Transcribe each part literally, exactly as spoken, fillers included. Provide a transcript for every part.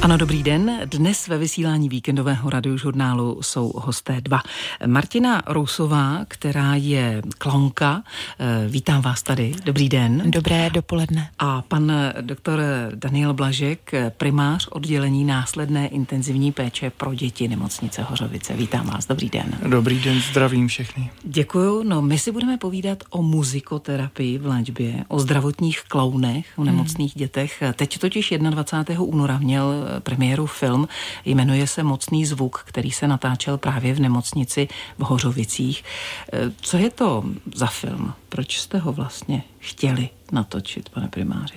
Ano, dobrý den. Dnes ve vysílání víkendového radiožurnálu jsou hosté dva. Martina Rousová, která je klaunka. Vítám vás tady. Dobrý den. Dobré dopoledne. A pan doktor Daniel Blažek, primář oddělení následné intenzivní péče pro děti Nemocnice Hořovice. Vítám vás. Dobrý den. Dobrý den, zdravím všechny. Děkuju. No, my si budeme povídat o muzikoterapii v léčbě, o zdravotních klaunech, o nemocných hmm. dětech. Teď totiž dvacátého prvního února měl premiéru film, jmenuje se Mocný zvuk, který se natáčel právě v nemocnici v Hořovicích. Co je to za film? Proč jste ho vlastně chtěli natočit, pane primáři?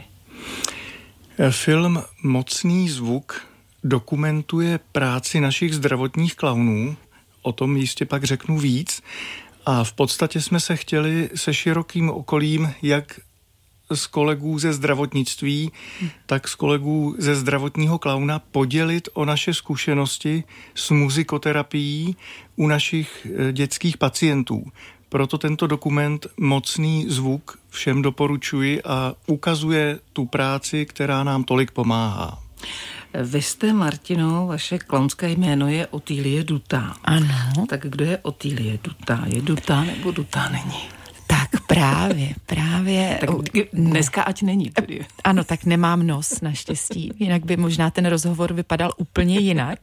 Film Mocný zvuk dokumentuje práci našich zdravotních klaunů, o tom jistě pak řeknu víc, a v podstatě jsme se chtěli se širokým okolím, jak z kolegů ze zdravotnictví, tak z kolegů ze zdravotního klauna podělit o naše zkušenosti s muzikoterapií u našich dětských pacientů. Proto tento dokument Mocný zvuk všem doporučuji a ukazuje tu práci, která nám tolik pomáhá. Vy jste, Martino, vaše klaunské jméno je Otýlie Dutá. Ano. Tak kdo je Otýlie Dutá? Je Dutá nebo Dutá není? Tak právě, právě. Tak dneska ať není. Tedy. Ano, tak nemám nos naštěstí, jinak by možná ten rozhovor vypadal úplně jinak.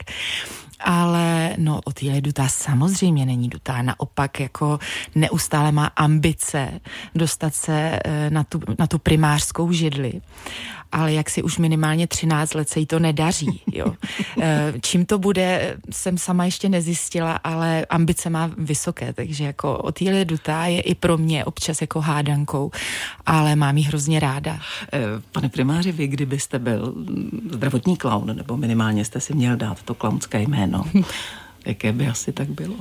Ale no, Otýlie Dutá samozřejmě není dutá, naopak jako neustále má ambice dostat se na tu, na tu primářskou židli. Ale jak si už minimálně třináct let se jí to nedaří, jo. Čím to bude, jsem sama ještě nezjistila, ale ambice má vysoké, takže jako Otýlie Dutá je i pro mě občas jako hádankou, ale mám jí hrozně ráda. Pane primáři, vy kdybyste byl zdravotní klaun, nebo minimálně jste si měl dát to klaunské jméno, jaké by asi tak bylo?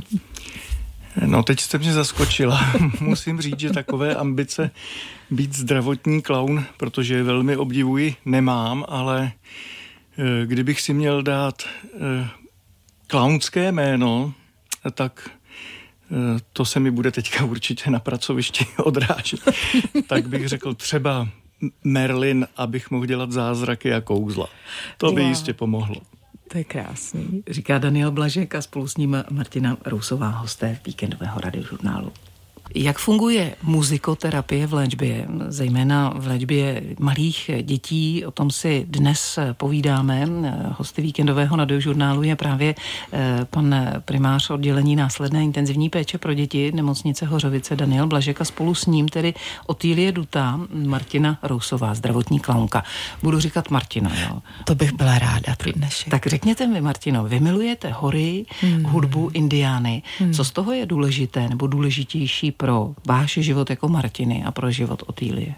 No, teď jste mě zaskočila. Musím říct, že takové ambice být zdravotní klaun, protože je velmi obdivuji, nemám, ale e, kdybych si měl dát e, klaunské jméno, tak e, to se mi bude teďka určitě na pracovišti odrážet. Tak bych řekl třeba Merlin, abych mohl dělat zázraky a kouzla. To by wow. jistě pomohlo. To je krásný, říká Daniel Blažek a spolu s ním Martina Rousová, hosté víkendového radiožurnálu. Jak funguje muzikoterapie v léčbě, zejména v léčbě malých dětí? O tom si dnes povídáme. Hosty víkendového radiožurnálu je právě pan primář oddělení následné intenzivní péče pro děti Nemocnice Hořovice Daniel Blažek a spolu s ním tedy Otýlie Dutá, Martina Rousová, zdravotní klaunka. Budu říkat Martina, jo? To bych byla ráda pro dnešek. Tak řekněte mi, Martino, vy milujete hory, hmm. hudbu, indiány. Hmm. Co z toho je důležité nebo důležitější pro váš život jako Martiny a pro život Otýlie?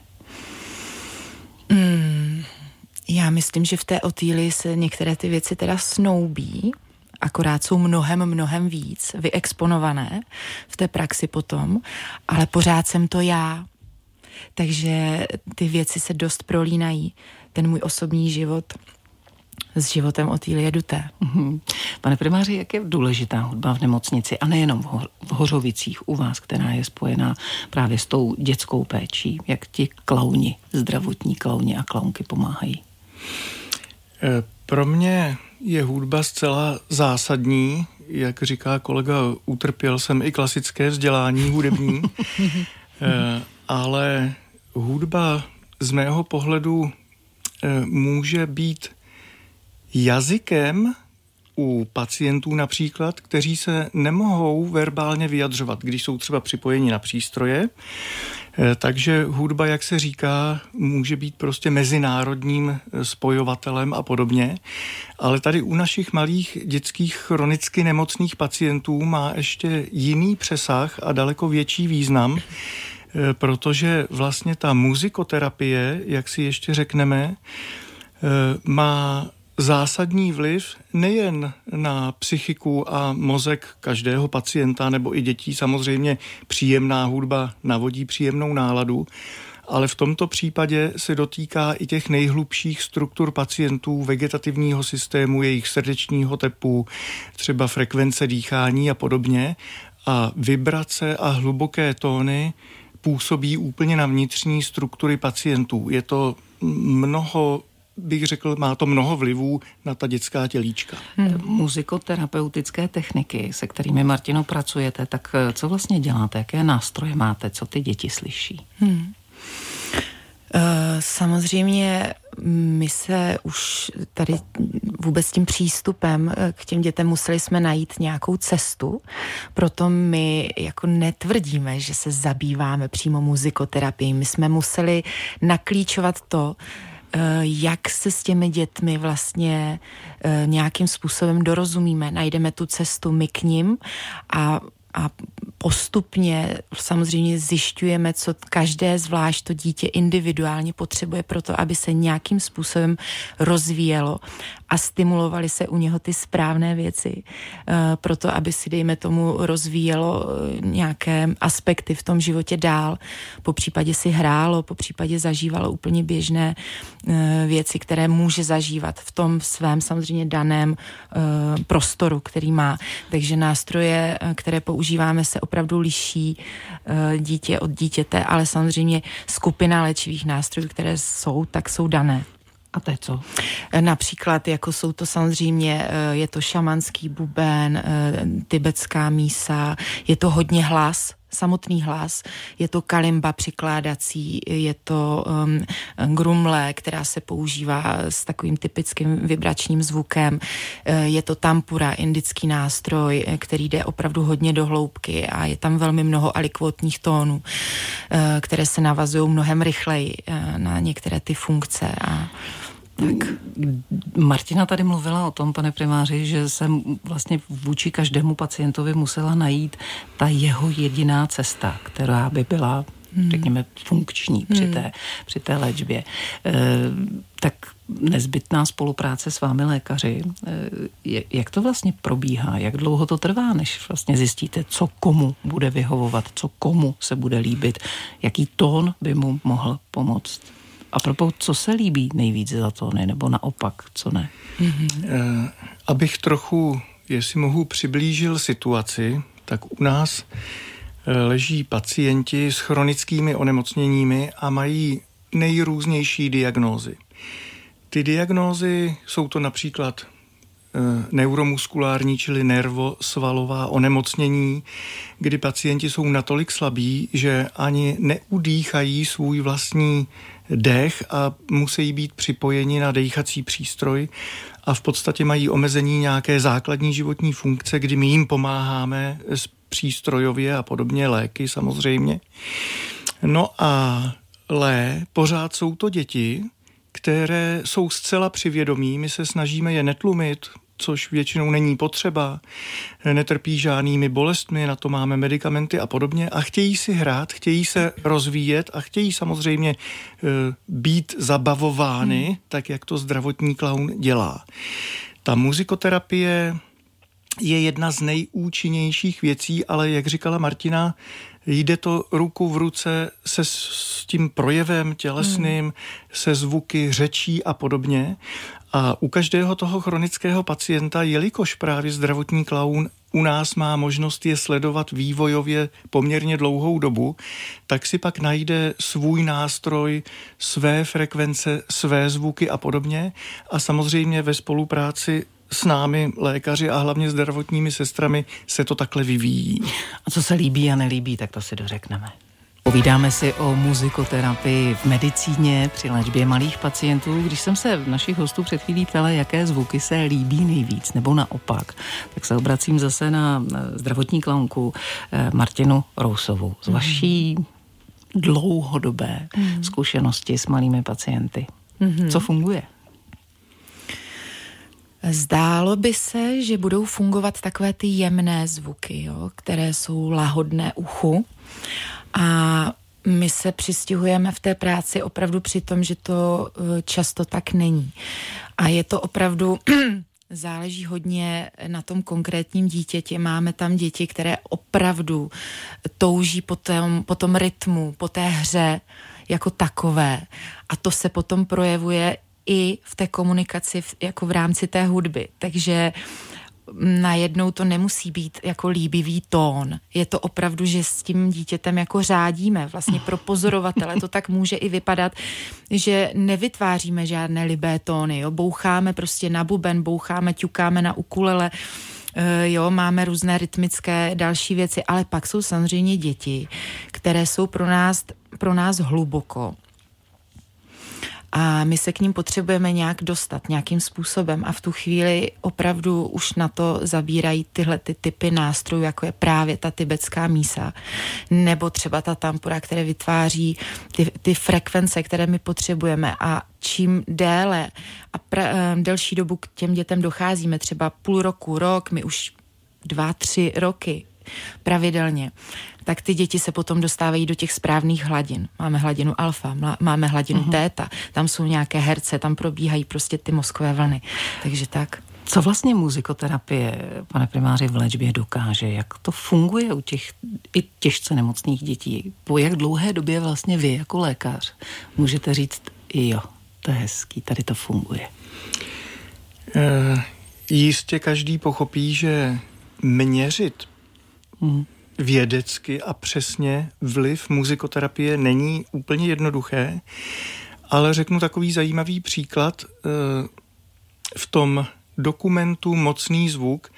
Mm, já myslím, že v té Otýlii se některé ty věci teda snoubí, akorát jsou mnohem, mnohem víc vyexponované v té praxi potom, ale pořád jsem to já. Takže ty věci se dost prolínají. Ten můj osobní život s životem Otýlie Duté. Mm-hmm. Pane primáři, jak je důležitá hudba v nemocnici a nejenom v, Ho- v Hořovicích u vás, která je spojená právě s tou dětskou péčí? Jak ti klauni, zdravotní klauni a klaunky pomáhají? Pro mě je hudba zcela zásadní. Jak říká kolega, utrpěl jsem i klasické vzdělání hudební, ale hudba z mého pohledu může být jazykem u pacientů například, kteří se nemohou verbálně vyjadřovat, když jsou třeba připojeni na přístroje. Takže hudba, jak se říká, může být prostě mezinárodním spojovatelem a podobně. Ale tady u našich malých dětských chronicky nemocných pacientů má ještě jiný přesah a daleko větší význam, protože vlastně ta muzikoterapie, jak si ještě řekneme, má zásadní vliv nejen na psychiku a mozek každého pacienta nebo i dětí. Samozřejmě příjemná hudba navodí příjemnou náladu, ale v tomto případě se dotýká i těch nejhlubších struktur pacientů, vegetativního systému, jejich srdečního tepu, třeba frekvence dýchání a podobně. A vibrace a hluboké tóny působí úplně na vnitřní struktury pacientů. Je to mnoho bych řekl, má to mnoho vlivů na ta dětská tělíčka. Hmm. Muzikoterapeutické techniky, se kterými, Martino, pracujete, tak co vlastně děláte? Jaké nástroje máte? Co ty děti slyší? Hmm. Samozřejmě my se už tady vůbec tím přístupem k těm dětem museli jsme najít nějakou cestu, proto my jako netvrdíme, že se zabýváme přímo muzikoterapií. My jsme museli naklíčovat to, jak se s těmi dětmi vlastně nějakým způsobem dorozumíme, najdeme tu cestu my k nim a A postupně samozřejmě zjišťujeme, co každé zvlášť to dítě individuálně potřebuje pro to, aby se nějakým způsobem rozvíjelo a stimulovaly se u něho ty správné věci. Proto, aby si, dejme tomu, rozvíjelo nějaké aspekty v tom životě dál. Po případě si hrálo, po případě zažívalo úplně běžné věci, které může zažívat v tom svém samozřejmě daném prostoru, který má. Takže nástroje, které používáme, se opravdu liší dítě od dítěte, ale samozřejmě skupina léčivých nástrojů, které jsou, tak jsou dané. A to je co? Například, jako jsou to samozřejmě, je to šamanský buben, tibetská mísa, je to hodně hlas, samotný hlas, je to kalimba přikládací, je to um, grumle, která se používá s takovým typickým vibračním zvukem, je to tampura, indický nástroj, který jde opravdu hodně do hloubky a je tam velmi mnoho alikvotních tónů, které se navazují mnohem rychleji na některé ty funkce a tak. Martina tady mluvila o tom, pane primáři, že jsem vlastně vůči každému pacientovi musela najít ta jeho jediná cesta, která by byla, hmm. řekněme, funkční při té, hmm. při té léčbě. E, tak nezbytná spolupráce s vámi lékaři, e, jak to vlastně probíhá? Jak dlouho to trvá, než vlastně zjistíte, co komu bude vyhovovat, co komu se bude líbit, jaký tón by mu mohl pomoct? A propos, co se líbí nejvíc za tóny, nebo naopak, co ne? Mm-hmm. Eh, abych trochu, jestli mohu, přiblížil situaci, tak u nás eh, leží pacienti s chronickými onemocněními a mají nejrůznější diagnózy. Ty diagnózy jsou to například eh, neuromuskulární, čili nervosvalová onemocnění, kdy pacienti jsou natolik slabí, že ani neudýchají svůj vlastní dech a musí být připojeni na dýchací přístroj a v podstatě mají omezení nějaké základní životní funkce, kdy my jim pomáháme přístrojově a podobně, léky samozřejmě. No a lé, pořád jsou to děti, které jsou zcela přivědomí, my se snažíme je netlumit, což většinou není potřeba, netrpí žádnými bolestmi, na to máme medicamenty a podobně a chtějí si hrát, chtějí se rozvíjet a chtějí samozřejmě e, být zabavovány, hmm. tak jak to zdravotní klaun dělá. Ta muzikoterapie je jedna z nejúčinnějších věcí, ale jak říkala Martina, jde to ruku v ruce se s tím projevem tělesným, hmm. se zvuky, řečí a podobně. A u každého toho chronického pacienta, jelikož právě zdravotní klaun u nás má možnost je sledovat vývojově poměrně dlouhou dobu, tak si pak najde svůj nástroj, své frekvence, své zvuky a podobně. A samozřejmě ve spolupráci s námi, lékaři a hlavně zdravotními sestrami, se to takhle vyvíjí. A co se líbí a nelíbí, tak to si dořekneme. Povídáme si o muzikoterapii v medicíně při léčbě malých pacientů. Když jsem se našich hostů před chvílí ptala, jaké zvuky se líbí nejvíc, nebo naopak, tak se obracím zase na zdravotní klaunku Martinu Rousovou. Z vaší dlouhodobé mm. zkušenosti s malými pacienty. Mm-hmm. Co funguje? Zdálo by se, že budou fungovat takové ty jemné zvuky, jo, které jsou lahodné uchu. A my se přistihujeme v té práci opravdu při tom, že to často tak není. A je to opravdu, záleží hodně na tom konkrétním dítěti. Máme tam děti, které opravdu touží po tom, po tom rytmu, po té hře jako takové. A to se potom projevuje i v té komunikaci v, jako v rámci té hudby. Takže najednou to nemusí být jako líbivý tón. Je to opravdu, že s tím dítětem jako řádíme. Vlastně pro pozorovatele to tak může i vypadat, že nevytváříme žádné libé tóny. Jo? Boucháme prostě na buben, boucháme, ťukáme na ukulele, jo, máme různé rytmické další věci, ale pak jsou samozřejmě děti, které jsou pro nás, pro nás hluboko. A my se k ním potřebujeme nějak dostat nějakým způsobem a v tu chvíli opravdu už na to zabírají tyhle ty typy nástrojů, jako je právě ta tibetská mísa, nebo třeba ta tampura, které vytváří ty, ty frekvence, které my potřebujeme a čím déle a pra, delší dobu k těm dětem docházíme, třeba půl roku, rok, my už dva, tři roky pravidelně, tak ty děti se potom dostávají do těch správných hladin. Máme hladinu alfa, máme hladinu uh-huh. téta, tam jsou nějaké herce, tam probíhají prostě ty mozkové vlny. Takže tak. Co vlastně muzikoterapie, pane primáři, v léčbě dokáže? Jak to funguje u těch i těžce nemocných dětí? Po jak dlouhé době vlastně vy jako lékař můžete říct, jo, to je hezký, tady to funguje? E, jistě každý pochopí, že měřit hmm. vědecky a přesně vliv muzikoterapie není úplně jednoduché, ale řeknu takový zajímavý příklad. V tom dokumentu Mocný zvuk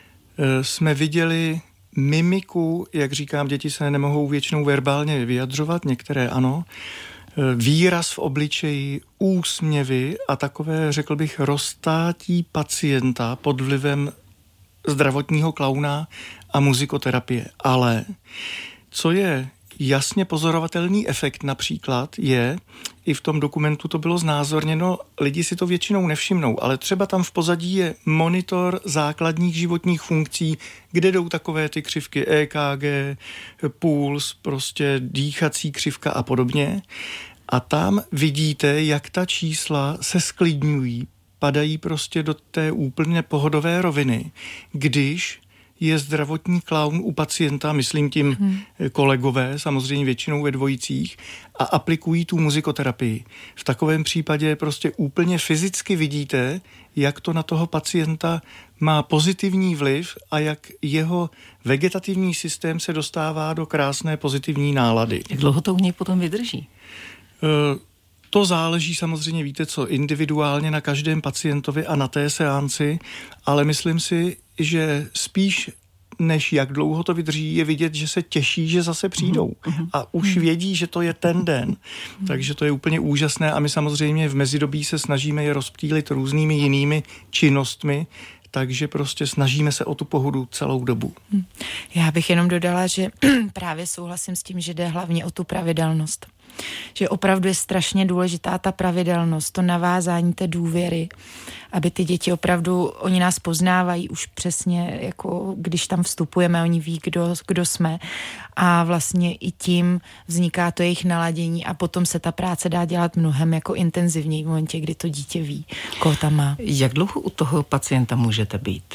jsme viděli mimiku, jak říkám, děti se nemohou většinou verbálně vyjadřovat, některé ano, výraz v obličeji, úsměvy a takové, řekl bych, roztátí pacienta pod vlivem zdravotního klauna a muzikoterapie. Ale co je jasně pozorovatelný efekt například je, i v tom dokumentu to bylo znázorněno, lidi si to většinou nevšimnou, ale třeba tam v pozadí je monitor základních životních funkcí, kde jdou takové ty křivky E K G, puls, prostě dýchací křivka a podobně. A tam vidíte, jak ta čísla se sklidňují, padají prostě do té úplně pohodové roviny, když je zdravotní klaun u pacienta, myslím tím hmm. kolegové, samozřejmě většinou ve dvojicích, a aplikují tu muzikoterapii. V takovém případě prostě úplně fyzicky vidíte, jak to na toho pacienta má pozitivní vliv a jak jeho vegetativní systém se dostává do krásné pozitivní nálady. Jak dlouho to u něj potom vydrží? Uh, To záleží samozřejmě, víte co, individuálně na každém pacientovi a na té seanci, ale myslím si, že spíš než jak dlouho to vydrží, je vidět, že se těší, že zase přijdou a už vědí, že to je ten den. Takže to je úplně úžasné a my samozřejmě v mezidobí se snažíme je rozptýlit různými jinými činnostmi, takže prostě snažíme se o tu pohodu celou dobu. Já bych jenom dodala, že právě souhlasím s tím, že jde hlavně o tu pravidelnost. Že opravdu je strašně důležitá ta pravidelnost, to navázání té důvěry, aby ty děti opravdu, oni nás poznávají už přesně, jako když tam vstupujeme, oni ví, kdo, kdo jsme a vlastně i tím vzniká to jejich naladění a potom se ta práce dá dělat mnohem jako intenzivněji v momentě, kdy to dítě ví, koho tam má. Jak dlouho u toho pacienta můžete být?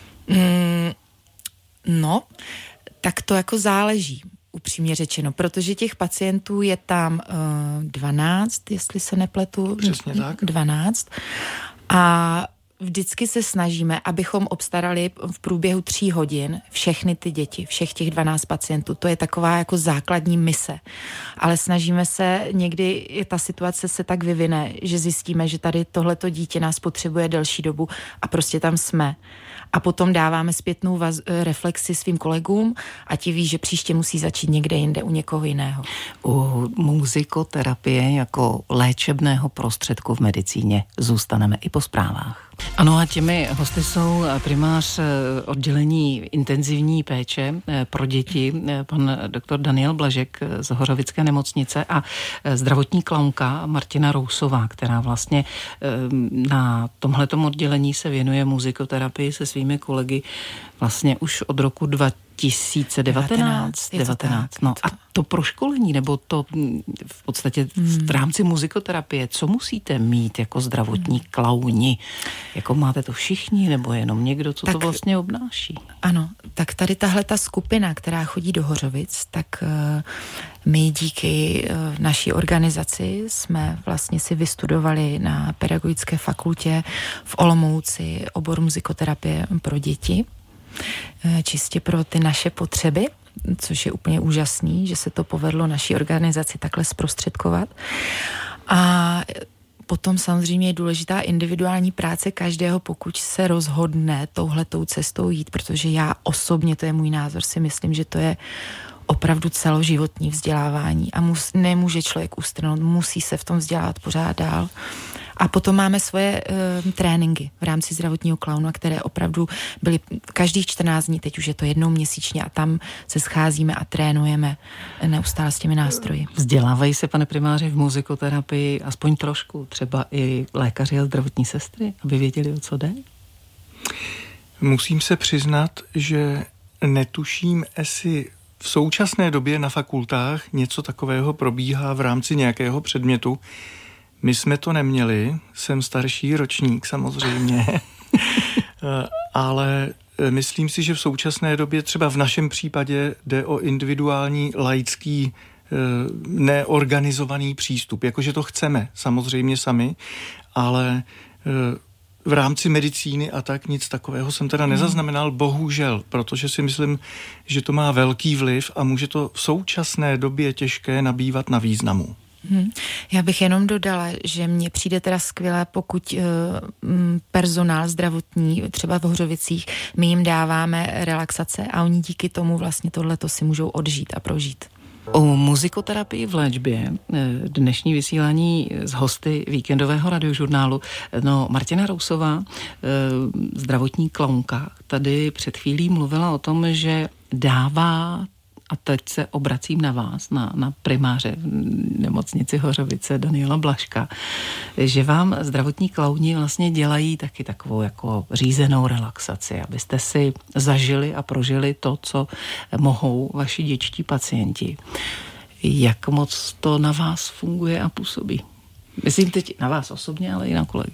Mm, no, tak to jako záleží. Upřímně řečeno, protože těch pacientů je tam uh, dvanáct, jestli se nepletu. Přesně tak. dvanáct. A vždycky se snažíme, abychom obstarali v průběhu tří hodin všechny ty děti, všech těch dvanáct pacientů. To je taková jako základní mise. Ale snažíme se, někdy ta situace se tak vyvine, že zjistíme, že tady tohleto dítě nás potřebuje delší dobu a prostě tam jsme. A potom dáváme zpětnou vaz- reflexi svým kolegům a ti ví, že příště musí začít někde jinde, u někoho jiného. U muzikoterapie jako léčebného prostředku v medicíně zůstaneme i po zprávách. Ano a těmi hosty jsou primář oddělení intenzivní péče pro děti, pan doktor Daniel Blažek z Hořovické nemocnice a zdravotní klaunka Martina Rousová, která vlastně na tomhletom oddělení se věnuje muzikoterapii se svými kolegy vlastně už od roku dva tisíce devatenáct. devatenáct. No a to proškolení, nebo to v podstatě v rámci muzikoterapie, co musíte mít jako zdravotní klauni? Jako máte to všichni, nebo jenom někdo, co tak, to vlastně obnáší? Ano, tak tady tahle ta skupina, která chodí do Hořovic, tak uh, my díky uh, naší organizaci jsme vlastně si vystudovali na pedagogické fakultě v Olomouci obor muzikoterapie pro děti, uh, čistě pro ty naše potřeby, což je úplně úžasný, že se to povedlo naší organizaci takhle zprostředkovat. A potom samozřejmě je důležitá individuální práce každého, pokud se rozhodne touhletou cestou jít, protože já osobně, to je můj názor, si myslím, že to je opravdu celoživotní vzdělávání a mus, nemůže člověk ustrnout, musí se v tom vzdělávat pořád dál. A potom máme svoje uh, tréninky v rámci zdravotního klauna, které opravdu byly každých čtrnáct dní, teď už je to jednou měsíčně a tam se scházíme a trénujeme neustále s těmi nástroji. Vzdělávají se, pane primáři, v muzikoterapii aspoň trošku, třeba i lékaři a zdravotní sestry, aby věděli, o co jde? Musím se přiznat, že netuším, jestli v současné době na fakultách něco takového probíhá v rámci nějakého předmětu. My jsme to neměli, jsem starší ročník samozřejmě, ale myslím si, že v současné době třeba v našem případě jde o individuální laický neorganizovaný přístup. Jakože to chceme samozřejmě sami, ale v rámci medicíny a tak nic takového jsem teda nezaznamenal, bohužel, protože si myslím, že to má velký vliv a může to v současné době těžké nabývat na významu. Hmm. Já bych jenom dodala, že mně přijde teda skvělé, pokud uh, personál zdravotní, třeba v Hořovicích, my jim dáváme relaxace a oni díky tomu vlastně tohleto si můžou odžít a prožít. O muzikoterapii v léčbě dnešní vysílání z hosty víkendového radiožurnálu. No, Martina Rousová, zdravotní klaunka, tady před chvílí mluvila o tom, že dává, a teď se obracím na vás, na, na primáře v nemocnici Hořovice Daniela Blažka, že vám zdravotní klauni vlastně dělají taky takovou jako řízenou relaxaci, abyste si zažili a prožili to, co mohou vaši dětští pacienti. Jak moc to na vás funguje a působí? Myslím teď na vás osobně, ale i na kolegy.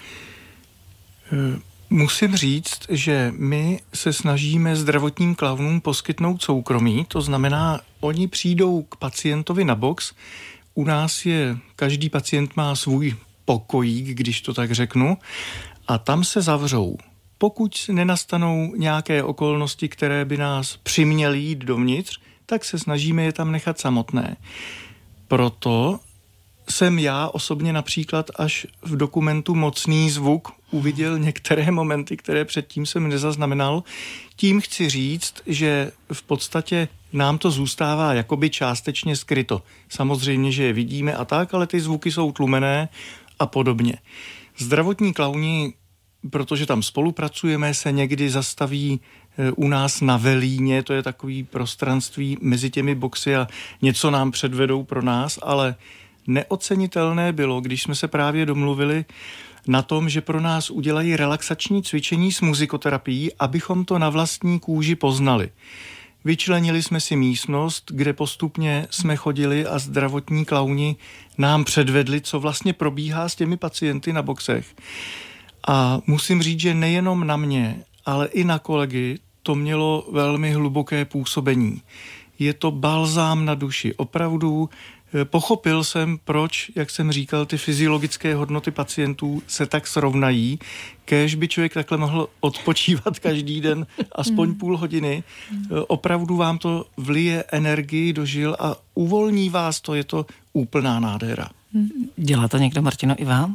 Musím říct, že my se snažíme zdravotním klaunům poskytnout soukromí, to znamená, oni přijdou k pacientovi na box, u nás je, každý pacient má svůj pokojík, když to tak řeknu, a tam se zavřou. Pokud nenastanou nějaké okolnosti, které by nás přiměly jít dovnitř, tak se snažíme je tam nechat samotné. Proto jsem já osobně například až v dokumentu Mocný zvuk uviděl některé momenty, které předtím jsem nezaznamenal. Tím chci říct, že v podstatě nám to zůstává jakoby částečně skryto. Samozřejmě, že je vidíme a tak, ale ty zvuky jsou tlumené a podobně. Zdravotní klauni, protože tam spolupracujeme, se někdy zastaví u nás na Velíně, to je takový prostranství mezi těmi boxy a něco nám předvedou pro nás, ale neocenitelné bylo, když jsme se právě domluvili na tom, že pro nás udělají relaxační cvičení s muzikoterapií, abychom to na vlastní kůži poznali. Vyčlenili jsme si místnost, kde postupně jsme chodili a zdravotní klauni nám předvedli, co vlastně probíhá s těmi pacienty na boxech. A musím říct, že nejenom na mě, ale i na kolegy to mělo velmi hluboké působení. Je to balzám na duši. Opravdu pochopil jsem, proč, jak jsem říkal, ty fyziologické hodnoty pacientů se tak srovnají. Kéž by člověk takhle mohl odpočívat každý den aspoň mm. půl hodiny. Opravdu vám to vlije energii do žil a uvolní vás to, je to úplná nádhera. Dělá to někdo, Martino, i vám?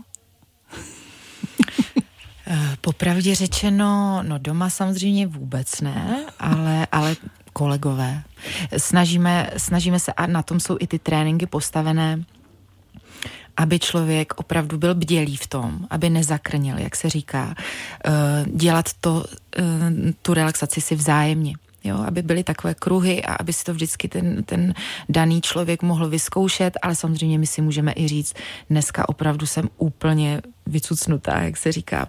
Popravdě řečeno, no doma samozřejmě vůbec ne, ale, ale kolegové. Snažíme, snažíme se, a na tom jsou i ty tréninky postavené, aby člověk opravdu byl bdělý v tom, aby nezakrněl, jak se říká, dělat to, tu relaxaci si vzájemně. Jo, aby byly takové kruhy a aby si to vždycky ten, ten daný člověk mohl vyzkoušet, ale samozřejmě my si můžeme i říct, dneska opravdu jsem úplně vycucnutá, jak se říká,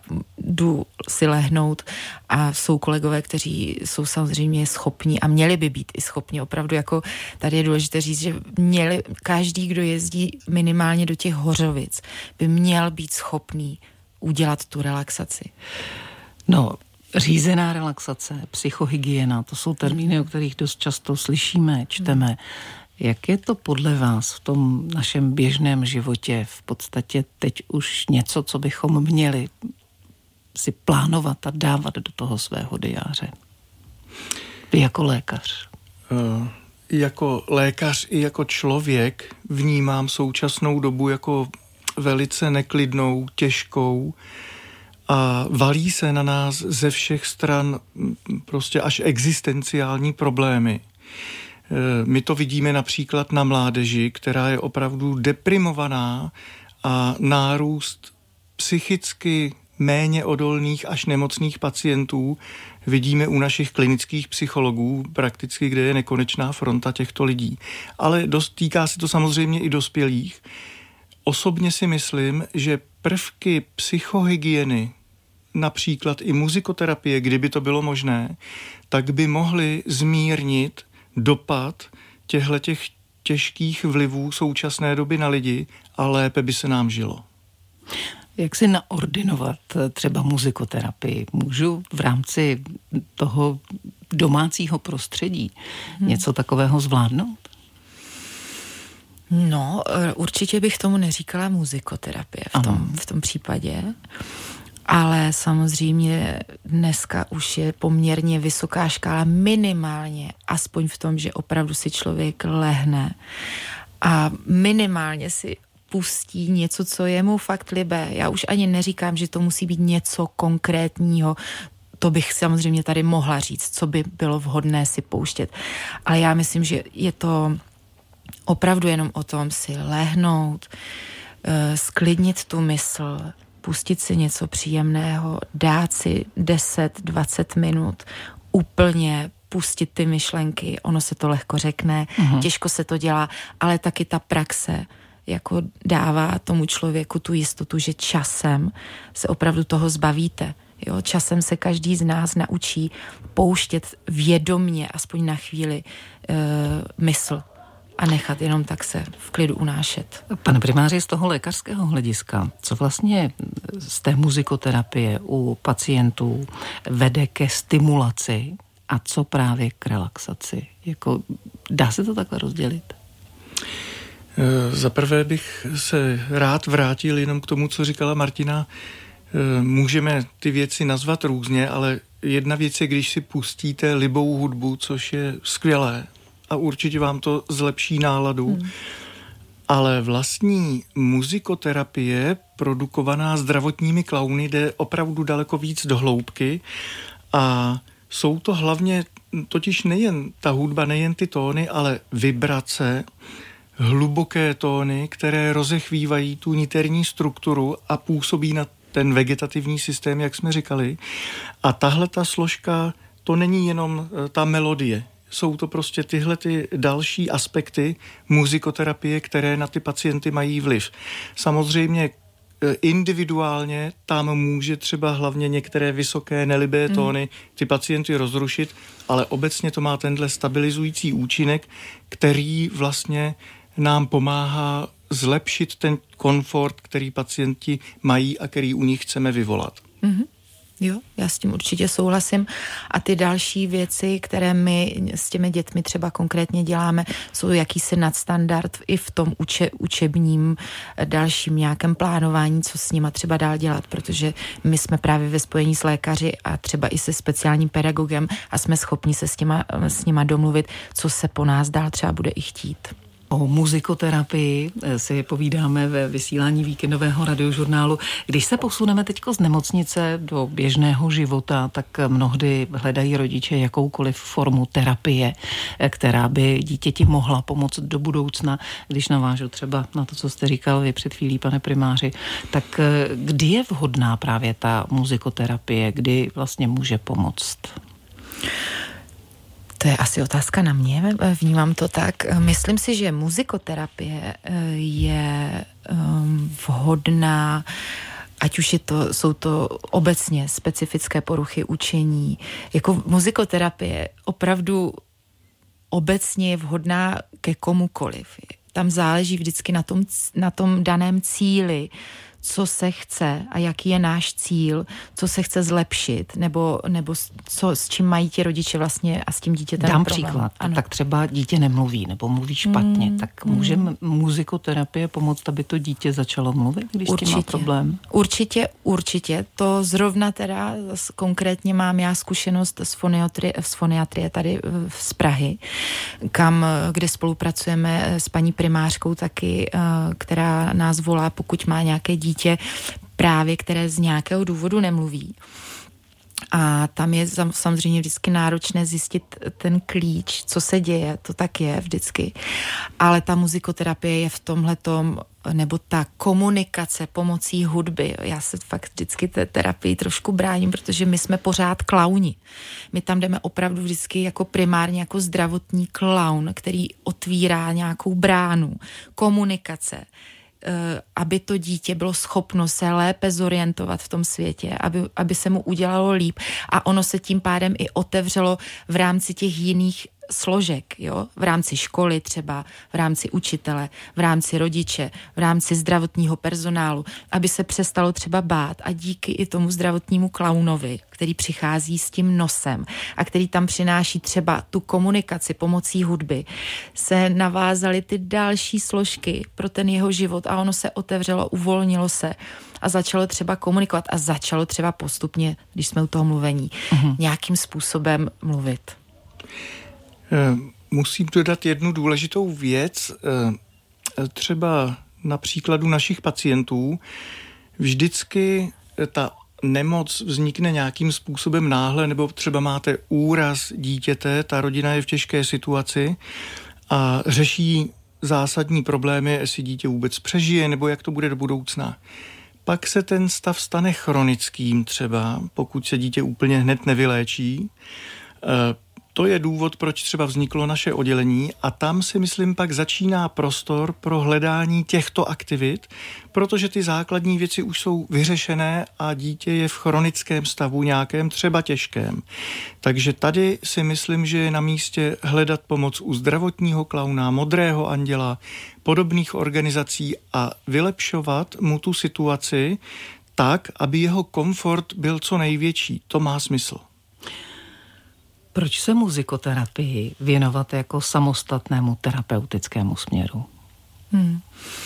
jdu si lehnout a jsou kolegové, kteří jsou samozřejmě schopní a měli by být i schopni. Opravdu jako tady je důležité říct, že měli, každý, kdo jezdí minimálně do těch Hořovic, by měl být schopný udělat tu relaxaci. No, řízená relaxace, psychohygiena, to jsou termíny, o kterých dost často slyšíme, čteme. Jak je to podle vás v tom našem běžném životě v podstatě teď už něco, co bychom měli si plánovat a dávat do toho svého diáře? Vy jako lékař. Uh, jako lékař i jako člověk vnímám současnou dobu jako velice neklidnou, těžkou a valí se na nás ze všech stran prostě až existenciální problémy. My to vidíme například na mládeži, která je opravdu deprimovaná a nárůst psychicky méně odolných až nemocných pacientů vidíme u našich klinických psychologů, prakticky kde je nekonečná fronta těchto lidí. Ale dost, týká se to samozřejmě i dospělých. Osobně si myslím, že prvky psychohygieny, například i muzikoterapie, kdyby to bylo možné, tak by mohly zmírnit dopad těchto těžkých vlivů současné doby na lidi a lépe by se nám žilo. Jak si naordinovat třeba muzikoterapii? Můžu v rámci toho domácího prostředí hmm. něco takového zvládnout? No, určitě bych tomu neříkala muzikoterapie v tom, v tom případě. Ale samozřejmě dneska už je poměrně vysoká škála, minimálně, aspoň v tom, že opravdu si člověk lehne a minimálně si pustí něco, co je mu fakt libé. Já už ani neříkám, že to musí být něco konkrétního, to bych samozřejmě tady mohla říct, co by bylo vhodné si pouštět. Ale já myslím, že je to opravdu jenom o tom si lehnout, sklidnit tu mysl, pustit si něco příjemného, dát si deset dvacet minut, úplně pustit ty myšlenky, ono se to lehko řekne, uh-huh. těžko se to dělá, ale taky ta praxe jako dává tomu člověku tu jistotu, že časem se opravdu toho zbavíte. Jo? Časem se každý z nás naučí pouštět vědomně, aspoň na chvíli, e, mysl a nechat jenom tak se v klidu unášet. Pane primáři, z toho lékařského hlediska, co vlastně z té muzikoterapie u pacientů vede ke stimulaci a co právě k relaxaci? Jako, dá se to takhle rozdělit? Za prvé bych se rád vrátil jenom k tomu, co říkala Martina. Můžeme ty věci nazvat různě, ale jedna věc je, když si pustíte libou hudbu, což je skvělé a určitě vám to zlepší náladu, hmm. ale vlastní muzikoterapie produkovaná zdravotními klauny jde opravdu daleko víc do hloubky a jsou to hlavně totiž nejen ta hudba, nejen ty tóny, ale vibrace, hluboké tóny, které rozechvívají tu niterní strukturu a působí na ten vegetativní systém, jak jsme říkali. A tahle ta složka, to není jenom ta melodie. Jsou to prostě tyhle ty další aspekty muzikoterapie, které na ty pacienty mají vliv. Samozřejmě individuálně tam může třeba hlavně některé vysoké nelibé tóny ty pacienty rozrušit, ale obecně to má tenhle stabilizující účinek, který vlastně nám pomáhá zlepšit ten komfort, který pacienti mají a který u nich chceme vyvolat. Mm-hmm. Jo, já s tím určitě souhlasím. A ty další věci, které my s těmi dětmi třeba konkrétně děláme, jsou jakýsi nadstandard i v tom uče, učebním dalším nějakém plánování, co s nima třeba dál dělat, protože my jsme právě ve spojení s lékaři a třeba i se speciálním pedagogem a jsme schopni se s, těma, s nima domluvit, co se po nás dál třeba bude i chtít. O muzikoterapii si povídáme ve vysílání víkendového radiožurnálu. Když se posuneme teďko z nemocnice do běžného života, tak mnohdy hledají rodiče jakoukoliv formu terapie, která by dítěti mohla pomoct do budoucna. Když navážu třeba na to, co jste říkal vy před chvílí, pane primáři, tak kdy je vhodná právě ta muzikoterapie, kdy vlastně může pomoct? To je asi otázka na mě, vnímám to tak. Myslím si, že muzikoterapie je vhodná a ať už je to, jsou to obecně specifické poruchy učení, jako muzikoterapie opravdu obecně je vhodná ke komukoliv. Tam záleží vždycky na tom, na tom daném cíli, co se chce a jaký je náš cíl, co se chce zlepšit, nebo, nebo co, s čím mají ti rodiče vlastně a s tím dítětem Dám problém. příklad. Ano. Tak třeba dítě nemluví nebo mluví špatně, Mm, tak mm. může muzikoterapie pomoct, aby to dítě začalo mluvit, když Určitě. s tím má problém? Určitě, určitě. To zrovna teda konkrétně mám já zkušenost z foniatrie, z foniatrie tady z Prahy, kam, kde spolupracujeme s paní primářkou taky, která nás volá, pokud má nějaké dítě právě, které z nějakého důvodu nemluví. A tam je samozřejmě vždycky náročné zjistit ten klíč, co se děje, to tak je vždycky. Ale ta muzikoterapie je v tomhletom, nebo ta komunikace pomocí hudby. Já se fakt vždycky té terapii trošku bráním, protože my jsme pořád klauni. My tam jdeme opravdu vždycky jako primárně jako zdravotní klaun, který otvírá nějakou bránu, komunikace, aby to dítě bylo schopno se lépe zorientovat v tom světě, aby, aby se mu udělalo líp a ono se tím pádem i otevřelo v rámci těch jiných složek, jo? V rámci školy třeba, v rámci učitele, v rámci rodiče, v rámci zdravotního personálu, aby se přestalo třeba bát a díky i tomu zdravotnímu klaunovi, který přichází s tím nosem a který tam přináší třeba tu komunikaci pomocí hudby, se navázaly ty další složky pro ten jeho život a ono se otevřelo, uvolnilo se a začalo třeba komunikovat a začalo třeba postupně, když jsme u toho mluvení, uh-huh. nějakým způsobem mluvit. Musím dodat jednu důležitou věc. Třeba na příkladu našich pacientů vždycky ta nemoc vznikne nějakým způsobem náhle, nebo třeba máte úraz dítěte, ta rodina je v těžké situaci a řeší zásadní problémy, jestli dítě vůbec přežije, nebo jak to bude do budoucna. Pak se ten stav stane chronickým třeba, pokud se dítě úplně hned nevyléčí. To je důvod, proč třeba vzniklo naše oddělení a tam si myslím pak začíná prostor pro hledání těchto aktivit, protože ty základní věci už jsou vyřešené a dítě je v chronickém stavu nějakém, třeba těžkém. Takže tady si myslím, že je na místě hledat pomoc u zdravotního klauna, modrého anděla, podobných organizací a vylepšovat mu tu situaci tak, aby jeho komfort byl co největší. To má smysl. Proč se muzikoterapii věnovat jako samostatnému terapeutickému směru? Hmm.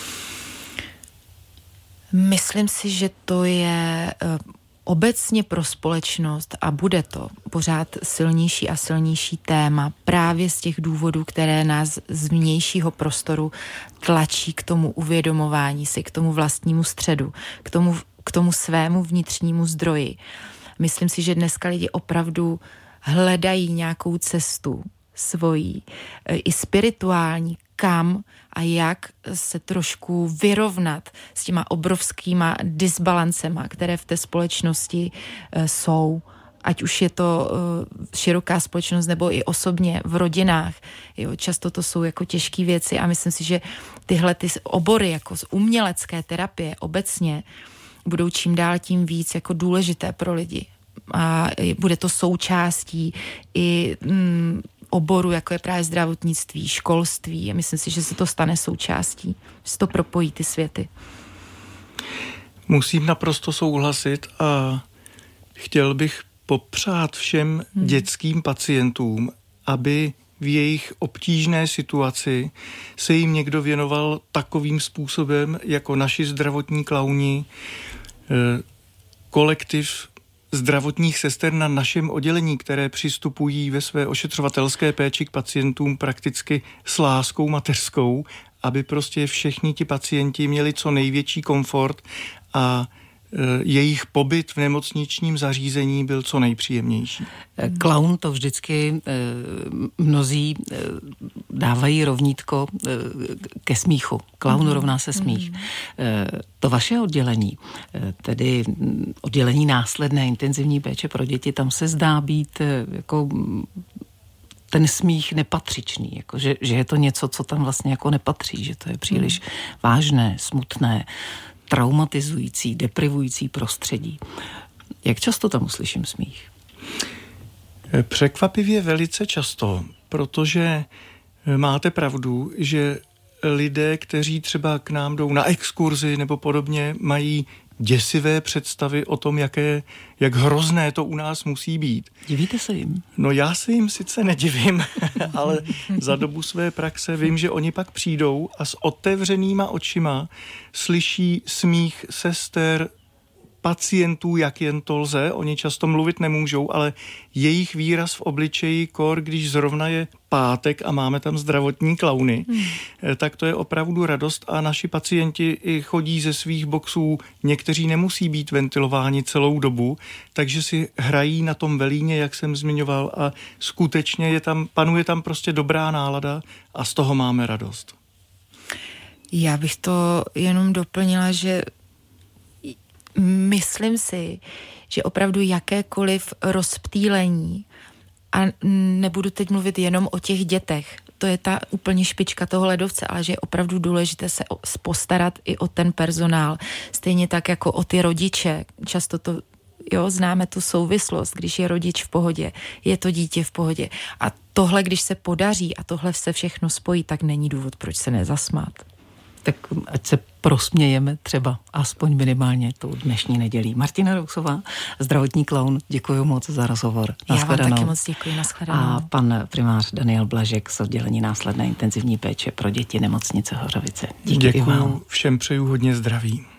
Myslím si, že to je uh, obecně pro společnost a bude to pořád silnější a silnější téma právě z těch důvodů, které nás z vnějšího prostoru tlačí k tomu uvědomování si, k tomu vlastnímu středu, k tomu, k tomu svému vnitřnímu zdroji. Myslím si, že dneska lidi opravdu hledají nějakou cestu svojí, i spirituální, kam a jak se trošku vyrovnat s těma obrovskýma disbalancema, které v té společnosti jsou. Ať už je to široká společnost nebo i osobně v rodinách. Jo, často to jsou jako těžké věci a myslím si, že tyhle ty obory jako z umělecké terapie obecně budou čím dál tím víc jako důležité pro lidi. A bude to součástí i mm, oboru, jako je právě zdravotnictví, školství. A myslím si, že se to stane součástí, že se to propojí ty světy. Musím naprosto souhlasit a chtěl bych popřát všem hmm. dětským pacientům, aby v jejich obtížné situaci se jim někdo věnoval takovým způsobem, jako naši zdravotní klauni, kolektiv zdravotních sester na našem oddělení, které přistupují ve své ošetřovatelské péči k pacientům prakticky s láskou mateřskou, aby prostě všichni ti pacienti měli co největší komfort a jejich pobyt v nemocničním zařízení byl co nejpříjemnější. Klaun to vždycky mnozí dávají rovnítko ke smíchu. Klaun mm. rovná se smích. Mm. To vaše oddělení, tedy oddělení následné intenzivní péče pro děti, tam se zdá být jako ten smích nepatřičný, jako že, že je to něco, co tam vlastně jako nepatří, že to je příliš mm. vážné, smutné. traumatizující, deprivující prostředí. Jak často tam uslyším smích? Překvapivě velice často, protože máte pravdu, že lidé, kteří třeba k nám jdou na exkurzi nebo podobně, mají děsivé představy o tom, jaké, jak hrozné to u nás musí být. Divíte se jim? No já se jim sice nedivím, ale za dobu své praxe vím, že oni pak přijdou a s otevřenýma očima slyší smích sester, pacientů, jak jen to lze. Oni často mluvit nemůžou, ale jejich výraz v obličeji, kor, když zrovna je pátek a máme tam zdravotní klauny, hmm. tak to je opravdu radost a naši pacienti i chodí ze svých boxů. Někteří nemusí být ventilováni celou dobu, takže si hrají na tom velíně, jak jsem zmiňoval, a skutečně je tam, panuje tam prostě dobrá nálada a z toho máme radost. Já bych to jenom doplnila, že myslím si, že opravdu jakékoliv rozptýlení, a nebudu teď mluvit jenom o těch dětech, to je ta úplně špička toho ledovce, ale že je opravdu důležité se postarat i o ten personál, stejně tak jako o ty rodiče. Často to, jo, známe tu souvislost, když je rodič v pohodě, je to dítě v pohodě. A tohle, když se podaří a tohle se všechno spojí, tak není důvod, proč se nezasmát. Tak ať se prosmějeme třeba aspoň minimálně tou dnešní nedělí. Martina Rousová, zdravotní klaun, děkuji moc za rozhovor. Já vám taky moc děkuji, nashledanou. A pan primář Daniel Blažek z oddělení následné intenzivní péče pro děti nemocnice Hořovice. Díky děkuji, všem přeju hodně zdraví.